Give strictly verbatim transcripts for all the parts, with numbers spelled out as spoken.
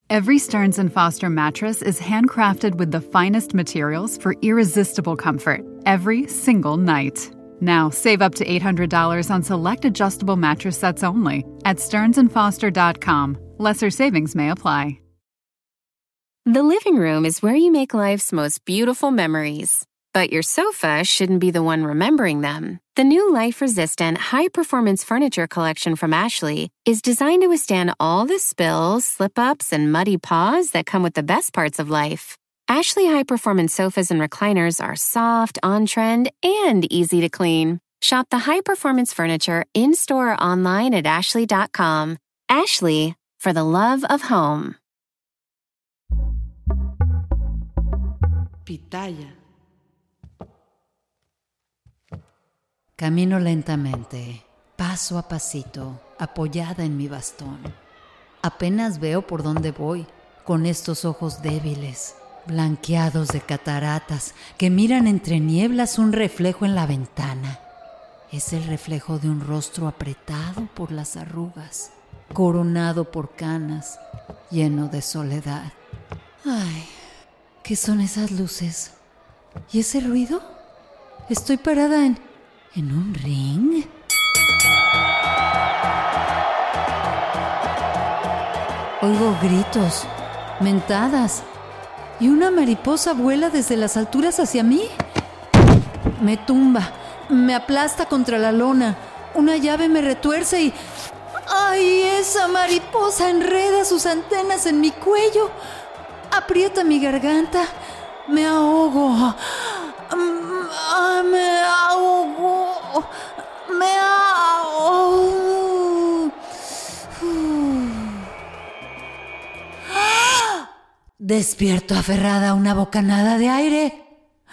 Every Stearns and Foster mattress is handcrafted with the finest materials for irresistible comfort every single night. Now, save up to eight hundred dollars on select adjustable mattress sets only at stearns and foster dot com. Lesser savings may apply. The living room is where you make life's most beautiful memories. But your sofa shouldn't be the one remembering them. The new life-resistant, high-performance furniture collection from Ashley is designed to withstand all the spills, slip-ups, and muddy paws that come with the best parts of life. Ashley high-performance sofas and recliners are soft, on-trend, and easy to clean. Shop the high-performance furniture in-store or online at ashley dot com. Ashley, for the love of home. Pitaya. Camino lentamente, paso a pasito, apoyada en mi bastón. Apenas veo por dónde voy, con estos ojos débiles, blanqueados de cataratas, que miran entre nieblas un reflejo en la ventana. Es el reflejo de un rostro apretado por las arrugas, coronado por canas, lleno de soledad. Ay, ¿qué son esas luces? ¿Y ese ruido? Estoy parada en... ¿En un ring? Oigo gritos, mentadas, y una mariposa vuela desde las alturas hacia mí. Me tumba, me aplasta contra la lona, una llave me retuerce y... ¡Ay! Esa mariposa enreda sus antenas en mi cuello, aprieta mi garganta, me ahogo. Me ahogo, me ahogo. Despierto aferrada a una bocanada de aire.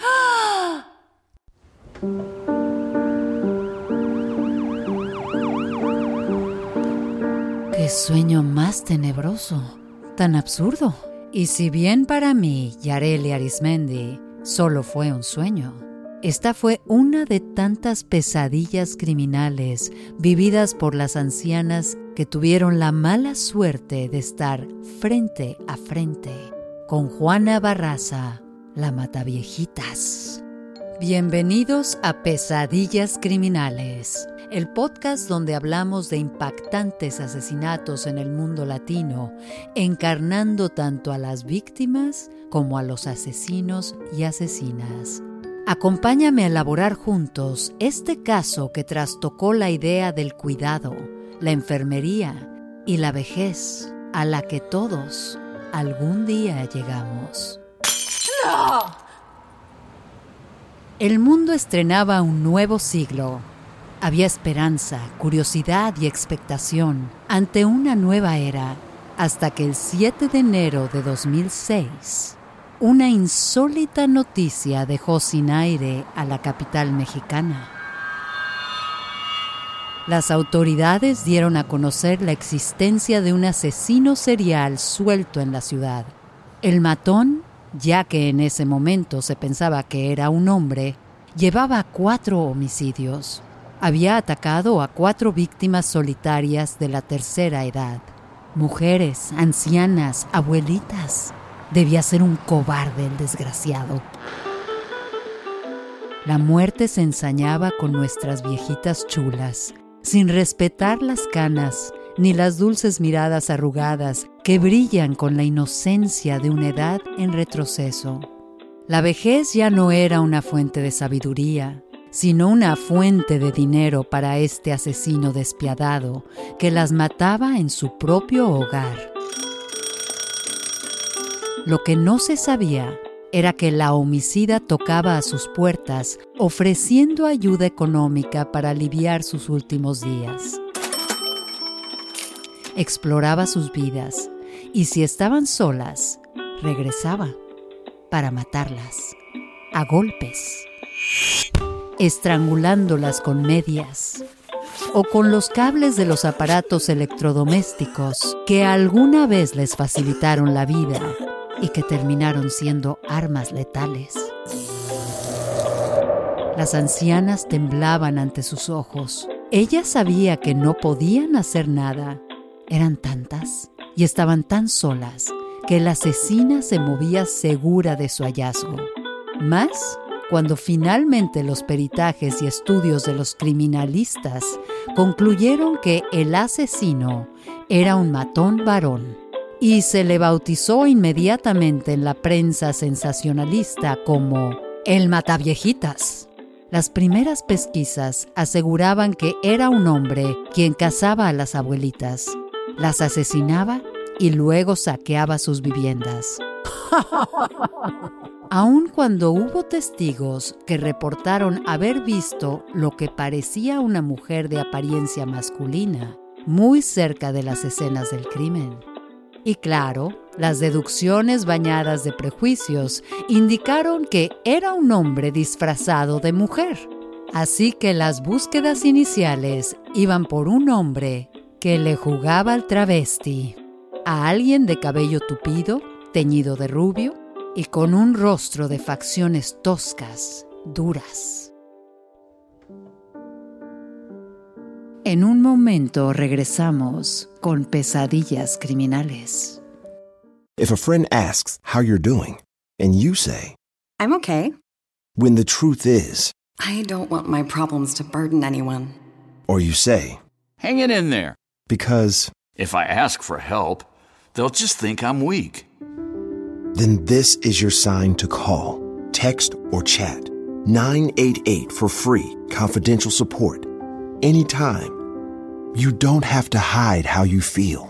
¡Qué sueño más tenebroso! Tan absurdo. Y si bien para mí, Yareli Arismendi, solo fue un sueño, esta fue una de tantas pesadillas criminales vividas por las ancianas que tuvieron la mala suerte de estar frente a frente con Juana Barraza, la Mataviejitas. Bienvenidos a Pesadillas Criminales, el podcast donde hablamos de impactantes asesinatos en el mundo latino, encarnando tanto a las víctimas como a los asesinos y asesinas. Acompáñame a elaborar juntos este caso que trastocó la idea del cuidado, la enfermería y la vejez a la que todos algún día llegamos. ¡No! El mundo estrenaba un nuevo siglo. Había esperanza, curiosidad y expectación ante una nueva era, hasta que el siete de enero de dos mil seis... una insólita noticia dejó sin aire a la capital mexicana. Las autoridades dieron a conocer la existencia de un asesino serial suelto en la ciudad. El matón, ya que en ese momento se pensaba que era un hombre, llevaba cuatro homicidios. Había atacado a cuatro víctimas solitarias de la tercera edad. Mujeres, ancianas, abuelitas. Debía ser un cobarde el desgraciado. La muerte se ensañaba con nuestras viejitas chulas, sin respetar las canas ni las dulces miradas arrugadas que brillan con la inocencia de una edad en retroceso. La vejez ya no era una fuente de sabiduría, sino una fuente de dinero para este asesino despiadado que las mataba en su propio hogar. Lo que no se sabía era que la homicida tocaba a sus puertas ofreciendo ayuda económica para aliviar sus últimos días. Exploraba sus vidas y si estaban solas, regresaba para matarlas a golpes, estrangulándolas con medias o con los cables de los aparatos electrodomésticos que alguna vez les facilitaron la vida y que terminaron siendo armas letales. Las ancianas temblaban ante sus ojos. Ella sabía que no podían hacer nada. Eran tantas y estaban tan solas que la asesina se movía segura de su hallazgo. Más cuando finalmente los peritajes y estudios de los criminalistas concluyeron que el asesino era un matón varón y se le bautizó inmediatamente en la prensa sensacionalista como el mataviejitas. Las primeras pesquisas aseguraban que era un hombre quien cazaba a las abuelitas, las asesinaba y luego saqueaba sus viviendas. Aun cuando hubo testigos que reportaron haber visto lo que parecía una mujer de apariencia masculina muy cerca de las escenas del crimen. Y claro, las deducciones bañadas de prejuicios indicaron que era un hombre disfrazado de mujer. Así que las búsquedas iniciales iban por un hombre que le jugaba al travesti, a alguien de cabello tupido, teñido de rubio y con un rostro de facciones toscas, duras. En un momento regresamos con Pesadillas Criminales. If a friend asks how you're doing, and you say, I'm okay. when the truth is, I don't want my problems to burden anyone. or you say, Hang it in there. because, If I ask for help, they'll just think I'm weak. then this is your sign to call, text, or chat nine eight eight for free, confidential support. Anytime. You don't have to hide how you feel.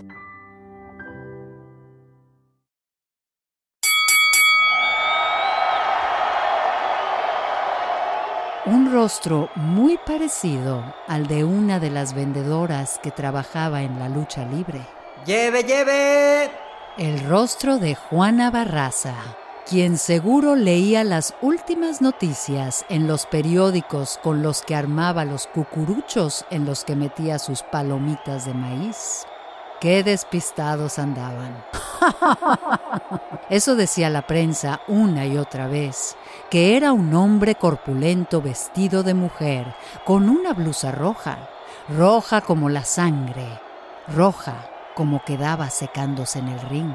Un rostro muy parecido al de una de las vendedoras que trabajaba en la lucha libre. ¡Lleve, lleve! El rostro de Juana Barraza, quien seguro leía las últimas noticias en los periódicos con los que armaba los cucuruchos en los que metía sus palomitas de maíz. ¡Qué despistados andaban! Eso decía la prensa una y otra vez, que era un hombre corpulento vestido de mujer, con una blusa roja, roja como la sangre, roja como quedaba secándose en el ring.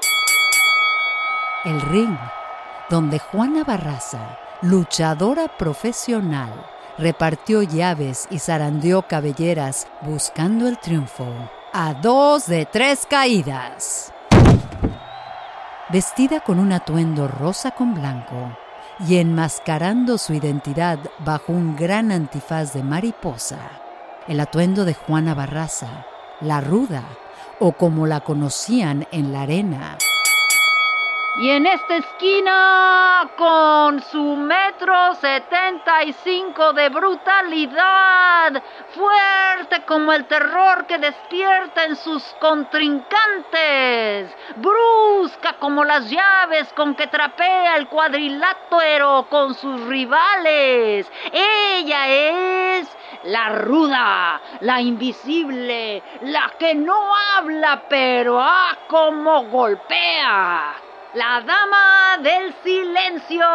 El ring, donde Juana Barraza, luchadora profesional, repartió llaves y zarandeó cabelleras buscando el triunfo, a dos de tres caídas. Vestida con un atuendo rosa con blanco y enmascarando su identidad bajo un gran antifaz de mariposa, el atuendo de Juana Barraza, la ruda, o como la conocían en la arena. Y en esta esquina, con su metro setenta y cinco de brutalidad, fuerte como el terror que despierta en sus contrincantes, brusca como las llaves con que trapea el cuadrilátero con sus rivales, ella es la ruda, la invisible, la que no habla, pero ¡ah, cómo golpea! La dama del silencio.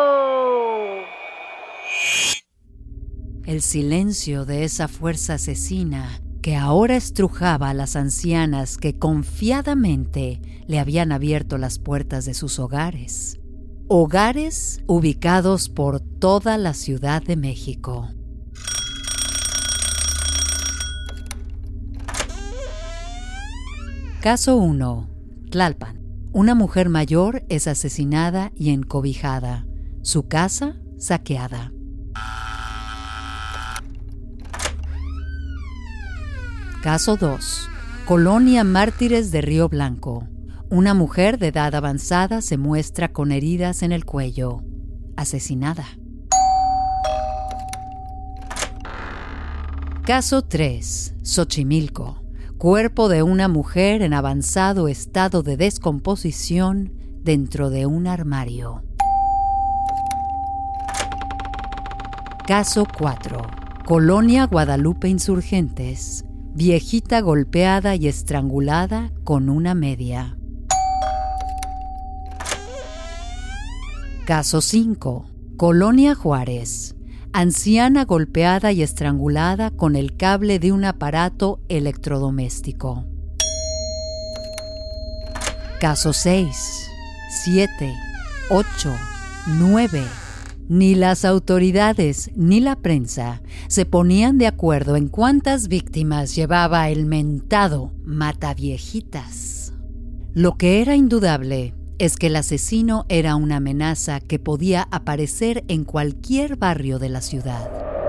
El silencio de esa fuerza asesina que ahora estrujaba a las ancianas que confiadamente le habían abierto las puertas de sus hogares. Hogares ubicados por toda la Ciudad de México. Caso uno. Tlalpan. Una mujer mayor es asesinada y encobijada. Su casa saqueada. Caso dos. Colonia Mártires de Río Blanco. Una mujer de edad avanzada se muestra con heridas en el cuello. Asesinada. Caso tres. Xochimilco. Cuerpo de una mujer en avanzado estado de descomposición dentro de un armario. Caso cuatro. Colonia Guadalupe Insurgentes. Viejita golpeada y estrangulada con una media. Caso cinco. Colonia Juárez. Anciana golpeada y estrangulada con el cable de un aparato electrodoméstico. Caso seis, siete, ocho, nueve. Ni las autoridades ni la prensa se ponían de acuerdo en cuántas víctimas llevaba el mentado Mataviejitas. Lo que era indudable es que el asesino era una amenaza que podía aparecer en cualquier barrio de la ciudad.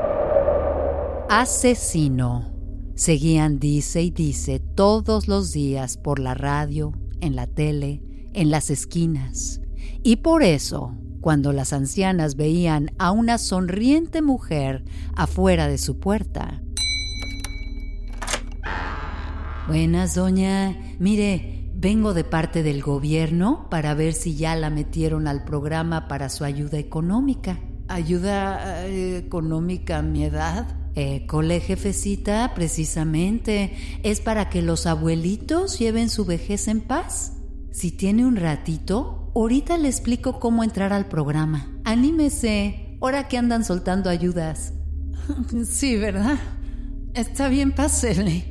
Asesino. Seguían dice y dice todos los días por la radio, en la tele, en las esquinas. Y por eso, cuando las ancianas veían a una sonriente mujer afuera de su puerta. Buenas, doña. Mire, vengo de parte del gobierno para ver si ya la metieron al programa para su ayuda económica. ¿Ayuda eh, económica a mi edad? École, jefecita, precisamente. Es para que los abuelitos lleven su vejez en paz. Si tiene un ratito, ahorita le explico cómo entrar al programa. Anímese, ahora que andan soltando ayudas. Sí, ¿verdad? Está bien, pásele.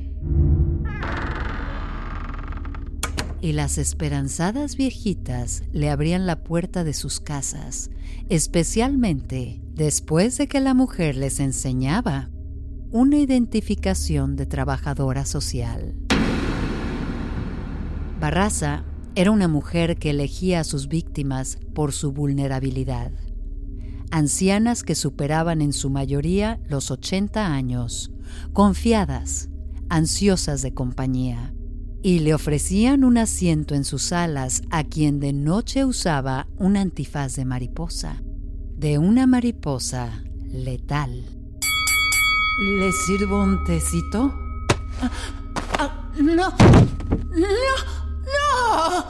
Y las esperanzadas viejitas le abrían la puerta de sus casas, especialmente después de que la mujer les enseñaba una identificación de trabajadora social. Barraza era una mujer que elegía a sus víctimas por su vulnerabilidad. Ancianas que superaban en su mayoría los ochenta años, confiadas, ansiosas de compañía, y le ofrecían un asiento en sus salas a quien de noche usaba un antifaz de mariposa, de una mariposa letal. ¿Le sirvo un tecito? Ah, ah, ¡No! ¡No! ¡No!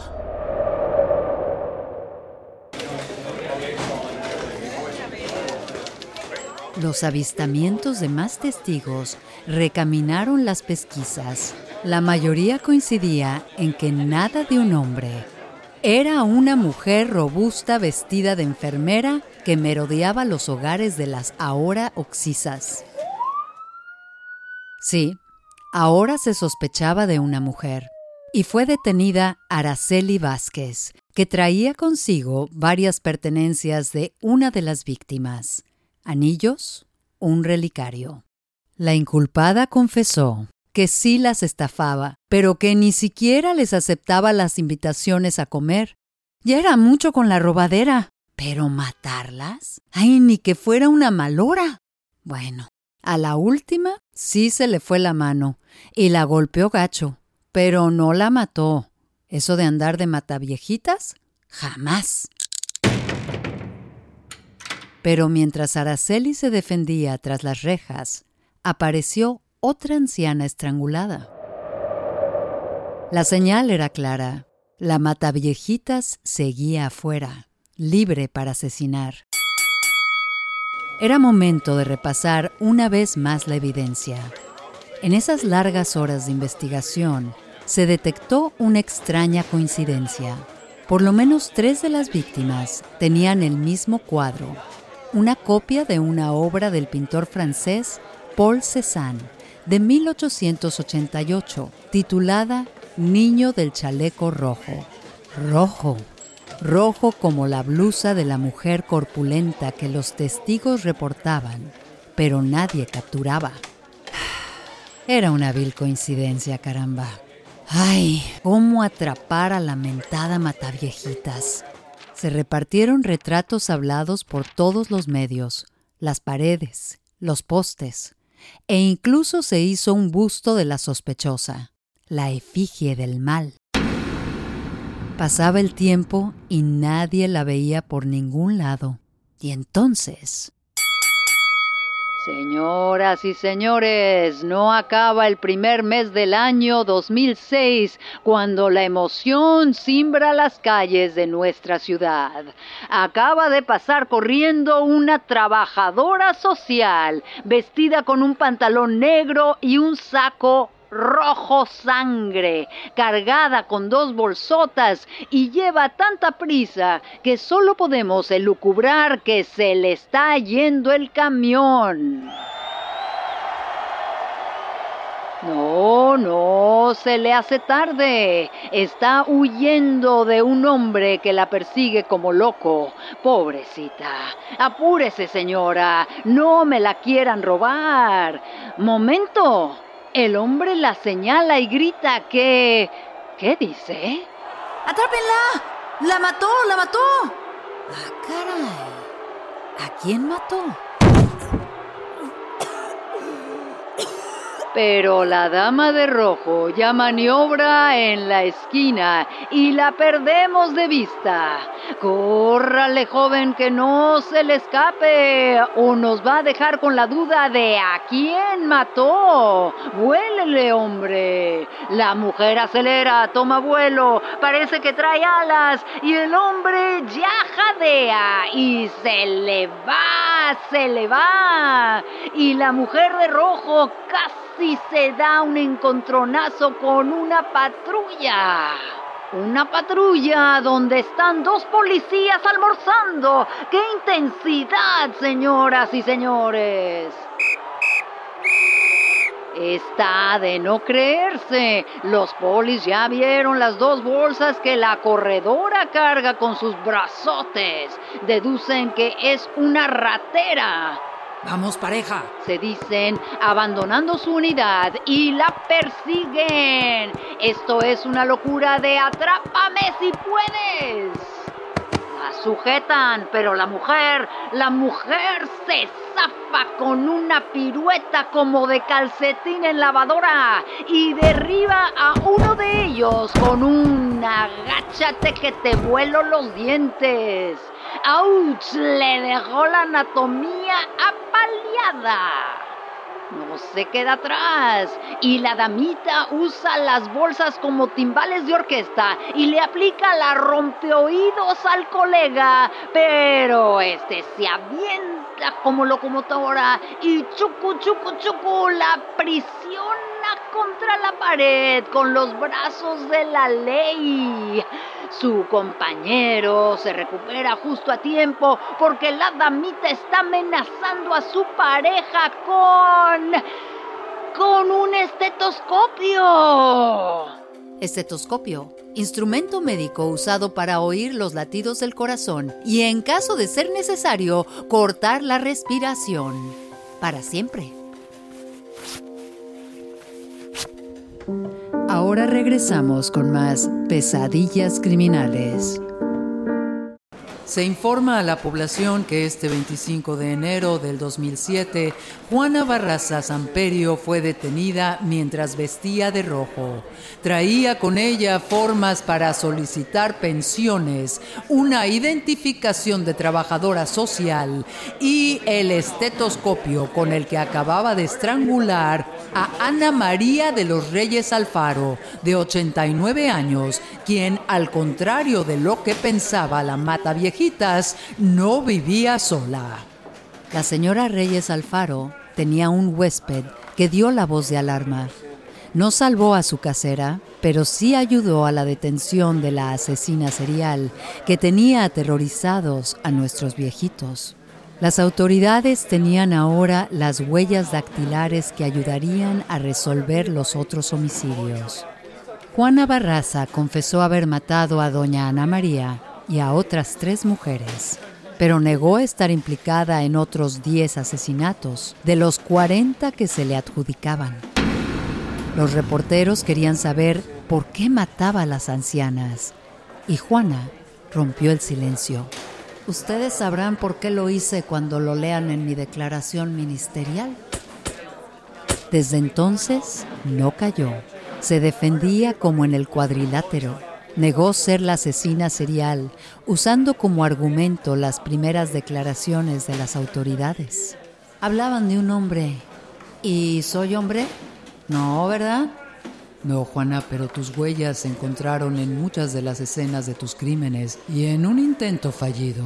Los avistamientos de más testigos recaminaron las pesquisas. La mayoría coincidía en que nada de un hombre. Era una mujer robusta vestida de enfermera que merodeaba los hogares de las ahora oxisas. Sí, ahora se sospechaba de una mujer. Y fue detenida Araceli Vázquez, que traía consigo varias pertenencias de una de las víctimas. Anillos, un relicario. La inculpada confesó que sí las estafaba, pero que ni siquiera les aceptaba las invitaciones a comer. Ya era mucho con la robadera, pero ¿matarlas? ¡Ay, ni que fuera una malora! Bueno, a la última sí se le fue la mano y la golpeó gacho, pero no la mató. ¿Eso de andar de mataviejitas? ¡Jamás! Pero mientras Araceli se defendía tras las rejas, apareció otra anciana estrangulada. La señal era clara. La mataviejitas seguía afuera, libre para asesinar. Era momento de repasar una vez más la evidencia. En esas largas horas de investigación, se detectó una extraña coincidencia. Por lo menos tres de las víctimas tenían el mismo cuadro, una copia de una obra del pintor francés Paul Cézanne, de mil ochocientos ochenta y ocho, titulada Niño del chaleco rojo. Rojo. Rojo como la blusa de la mujer corpulenta que los testigos reportaban, pero nadie capturaba. Era una vil coincidencia, caramba. ¡Ay! ¿Cómo atrapar a la mentada mataviejitas? Se repartieron retratos hablados por todos los medios, las paredes, los postes, e incluso se hizo un busto de la sospechosa, la efigie del mal. Pasaba el tiempo y nadie la veía por ningún lado. Y entonces... Señoras y señores, no acaba el primer mes del año dos mil seis cuando la emoción simbra las calles de nuestra ciudad. Acaba de pasar corriendo una trabajadora social, vestida con un pantalón negro y un saco rojo sangre, cargada con dos bolsotas y lleva tanta prisa que solo podemos elucubrar que se le está yendo el camión. No, no, se le hace tarde. Está huyendo de un hombre que la persigue como loco. Pobrecita. Apúrese, señora. No me la quieran robar. Momento. El hombre la señala y grita que... ¿Qué dice? ¡Atrápenla! ¡La mató! ¡La mató! ¡Ah, caray! ¿A quién mató? Pero la dama de rojo ya maniobra en la esquina y la perdemos de vista. Córrale, joven, que no se le escape o nos va a dejar con la duda de a quién mató. Vuélele, hombre. La mujer acelera, toma vuelo, parece que trae alas y el hombre ya jadea y se le va, se le va. Y la mujer de rojo casi si se da un encontronazo con una patrulla. Una patrulla donde están dos policías almorzando. ¡Qué intensidad, señoras y señores! Está de no creerse. Los polis ya vieron las dos bolsas que la corredora carga con sus brazotes. Deducen que es una ratera. ¡Vamos, pareja! Se dicen, abandonando su unidad y la persiguen. Esto es una locura de atrápame si puedes. La sujetan, pero la mujer, la mujer se zafa con una pirueta como de calcetín en lavadora y derriba a uno de ellos con un agáchate que te vuelo los dientes. ¡Auch! Le dejó la anatomía apaleada. No se queda atrás y la damita usa las bolsas como timbales de orquesta y le aplica la rompeoídos al colega, pero este se avienta como locomotora y chucu chucu chucu la prisiona contra la pared con los brazos de la ley. Su compañero se recupera justo a tiempo porque la damita está amenazando a su pareja con... con un estetoscopio. Estetoscopio, instrumento médico usado para oír los latidos del corazón y, en caso de ser necesario, cortar la respiración. Para siempre. Ahora regresamos con más Pesadillas Criminales. Se informa a la población que este veinticinco de enero del dos mil siete, Juana Barraza Samperio fue detenida mientras vestía de rojo. Traía con ella formas para solicitar pensiones, una identificación de trabajadora social y el estetoscopio con el que acababa de estrangular a Ana María de los Reyes Alfaro, de ochenta y nueve años, quien, al contrario de lo que pensaba la mata viejita, no vivía sola. La señora Reyes Alfaro tenía un huésped que dio la voz de alarma. No salvó a su casera, pero sí ayudó a la detención de la asesina serial que tenía aterrorizados a nuestros viejitos. Las autoridades tenían ahora las huellas dactilares que ayudarían a resolver los otros homicidios. Juana Barraza confesó haber matado a doña Ana María y a otras tres mujeres, pero negó estar implicada en otros diez asesinatos, de los cuarenta que se le adjudicaban. Los reporteros querían saber por qué mataba a las ancianas, y Juana rompió el silencio. Ustedes sabrán por qué lo hice cuando lo lean en mi declaración ministerial. Desde entonces no cayó, se defendía como en el cuadrilátero. Negó ser la asesina serial, usando como argumento las primeras declaraciones de las autoridades. Hablaban de un hombre. ¿Y soy hombre? No, ¿verdad? No, Juana, pero tus huellas se encontraron en muchas de las escenas de tus crímenes y en un intento fallido.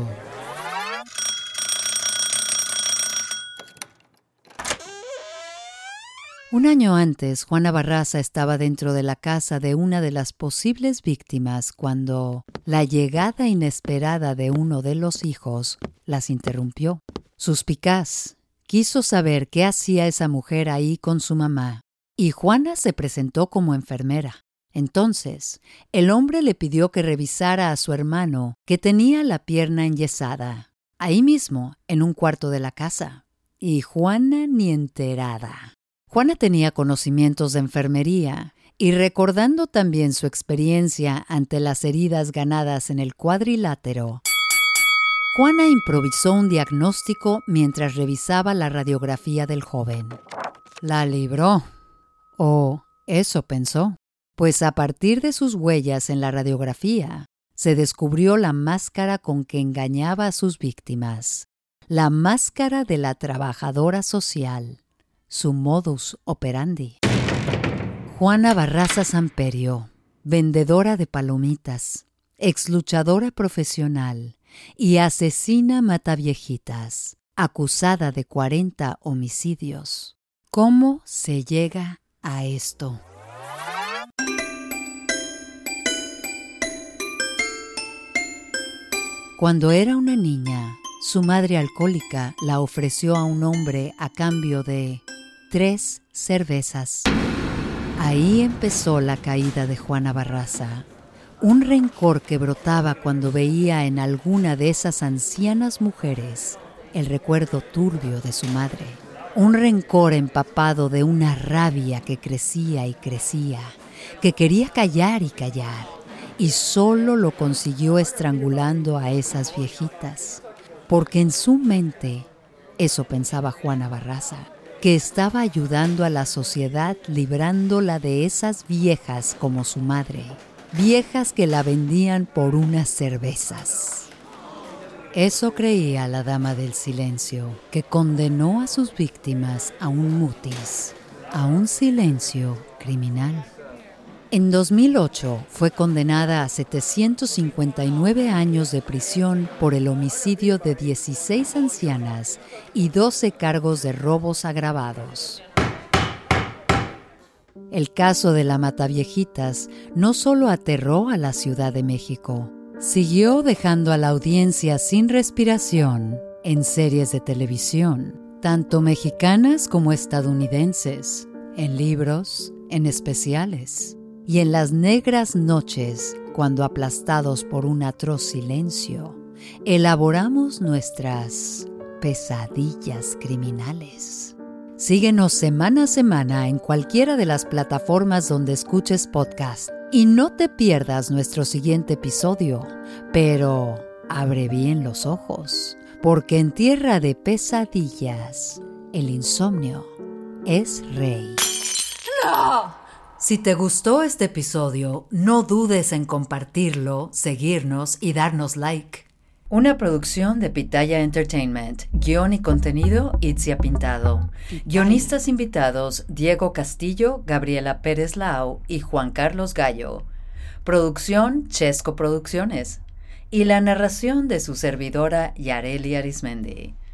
Un año antes, Juana Barraza estaba dentro de la casa de una de las posibles víctimas cuando la llegada inesperada de uno de los hijos las interrumpió. Suspicaz, quiso saber qué hacía esa mujer ahí con su mamá. y Juana se presentó como enfermera. Entonces, el hombre le pidió que revisara a su hermano, que tenía la pierna enyesada, ahí mismo, en un cuarto de la casa. Y Juana ni enterada. Juana tenía conocimientos de enfermería, y recordando también su experiencia ante las heridas ganadas en el cuadrilátero, Juana improvisó un diagnóstico mientras revisaba la radiografía del joven. La libró. O eso pensó. Pues a partir de sus huellas en la radiografía, se descubrió la máscara con que engañaba a sus víctimas, la máscara de la trabajadora social, su modus operandi. Juana Barraza Samperio, vendedora de palomitas, exluchadora profesional y asesina mataviejitas, acusada de cuarenta homicidios. ¿Cómo se llega a esto? Cuando era una niña, su madre alcohólica la ofreció a un hombre a cambio de tres cervezas. Ahí empezó la caída de Juana Barraza. Un rencor que brotaba cuando veía en alguna de esas ancianas mujeres el recuerdo turbio de su madre. Un rencor empapado de una rabia que crecía y crecía, que quería callar y callar. Y solo lo consiguió estrangulando a esas viejitas, porque en su mente, eso pensaba Juana Barraza, que estaba ayudando a la sociedad librándola de esas viejas como su madre, viejas que la vendían por unas cervezas. Eso creía la dama del silencio, que condenó a sus víctimas a un mutis, a un silencio criminal. En dos mil ocho fue condenada a setecientos cincuenta y nueve años de prisión por el homicidio de dieciséis ancianas y doce cargos de robos agravados. El caso de la Mataviejitas no solo aterró a la Ciudad de México, siguió dejando a la audiencia sin respiración en series de televisión, tanto mexicanas como estadounidenses, en libros, en especiales. Y en las negras noches, cuando aplastados por un atroz silencio, elaboramos nuestras pesadillas criminales. Síguenos semana a semana en cualquiera de las plataformas donde escuches podcast y no te pierdas nuestro siguiente episodio, pero abre bien los ojos, porque en tierra de pesadillas, el insomnio es rey. ¡No! Si te gustó este episodio, no dudes en compartirlo, seguirnos y darnos like. Una producción de Pitaya Entertainment. Guión y contenido, Itzia Pintado. Pitaya. Guionistas invitados, Diego Castillo, Gabriela Pérez Lau y Juan Carlos Gallo. Producción, Chesco Producciones. Y la narración de su servidora, Yareli Arismendi.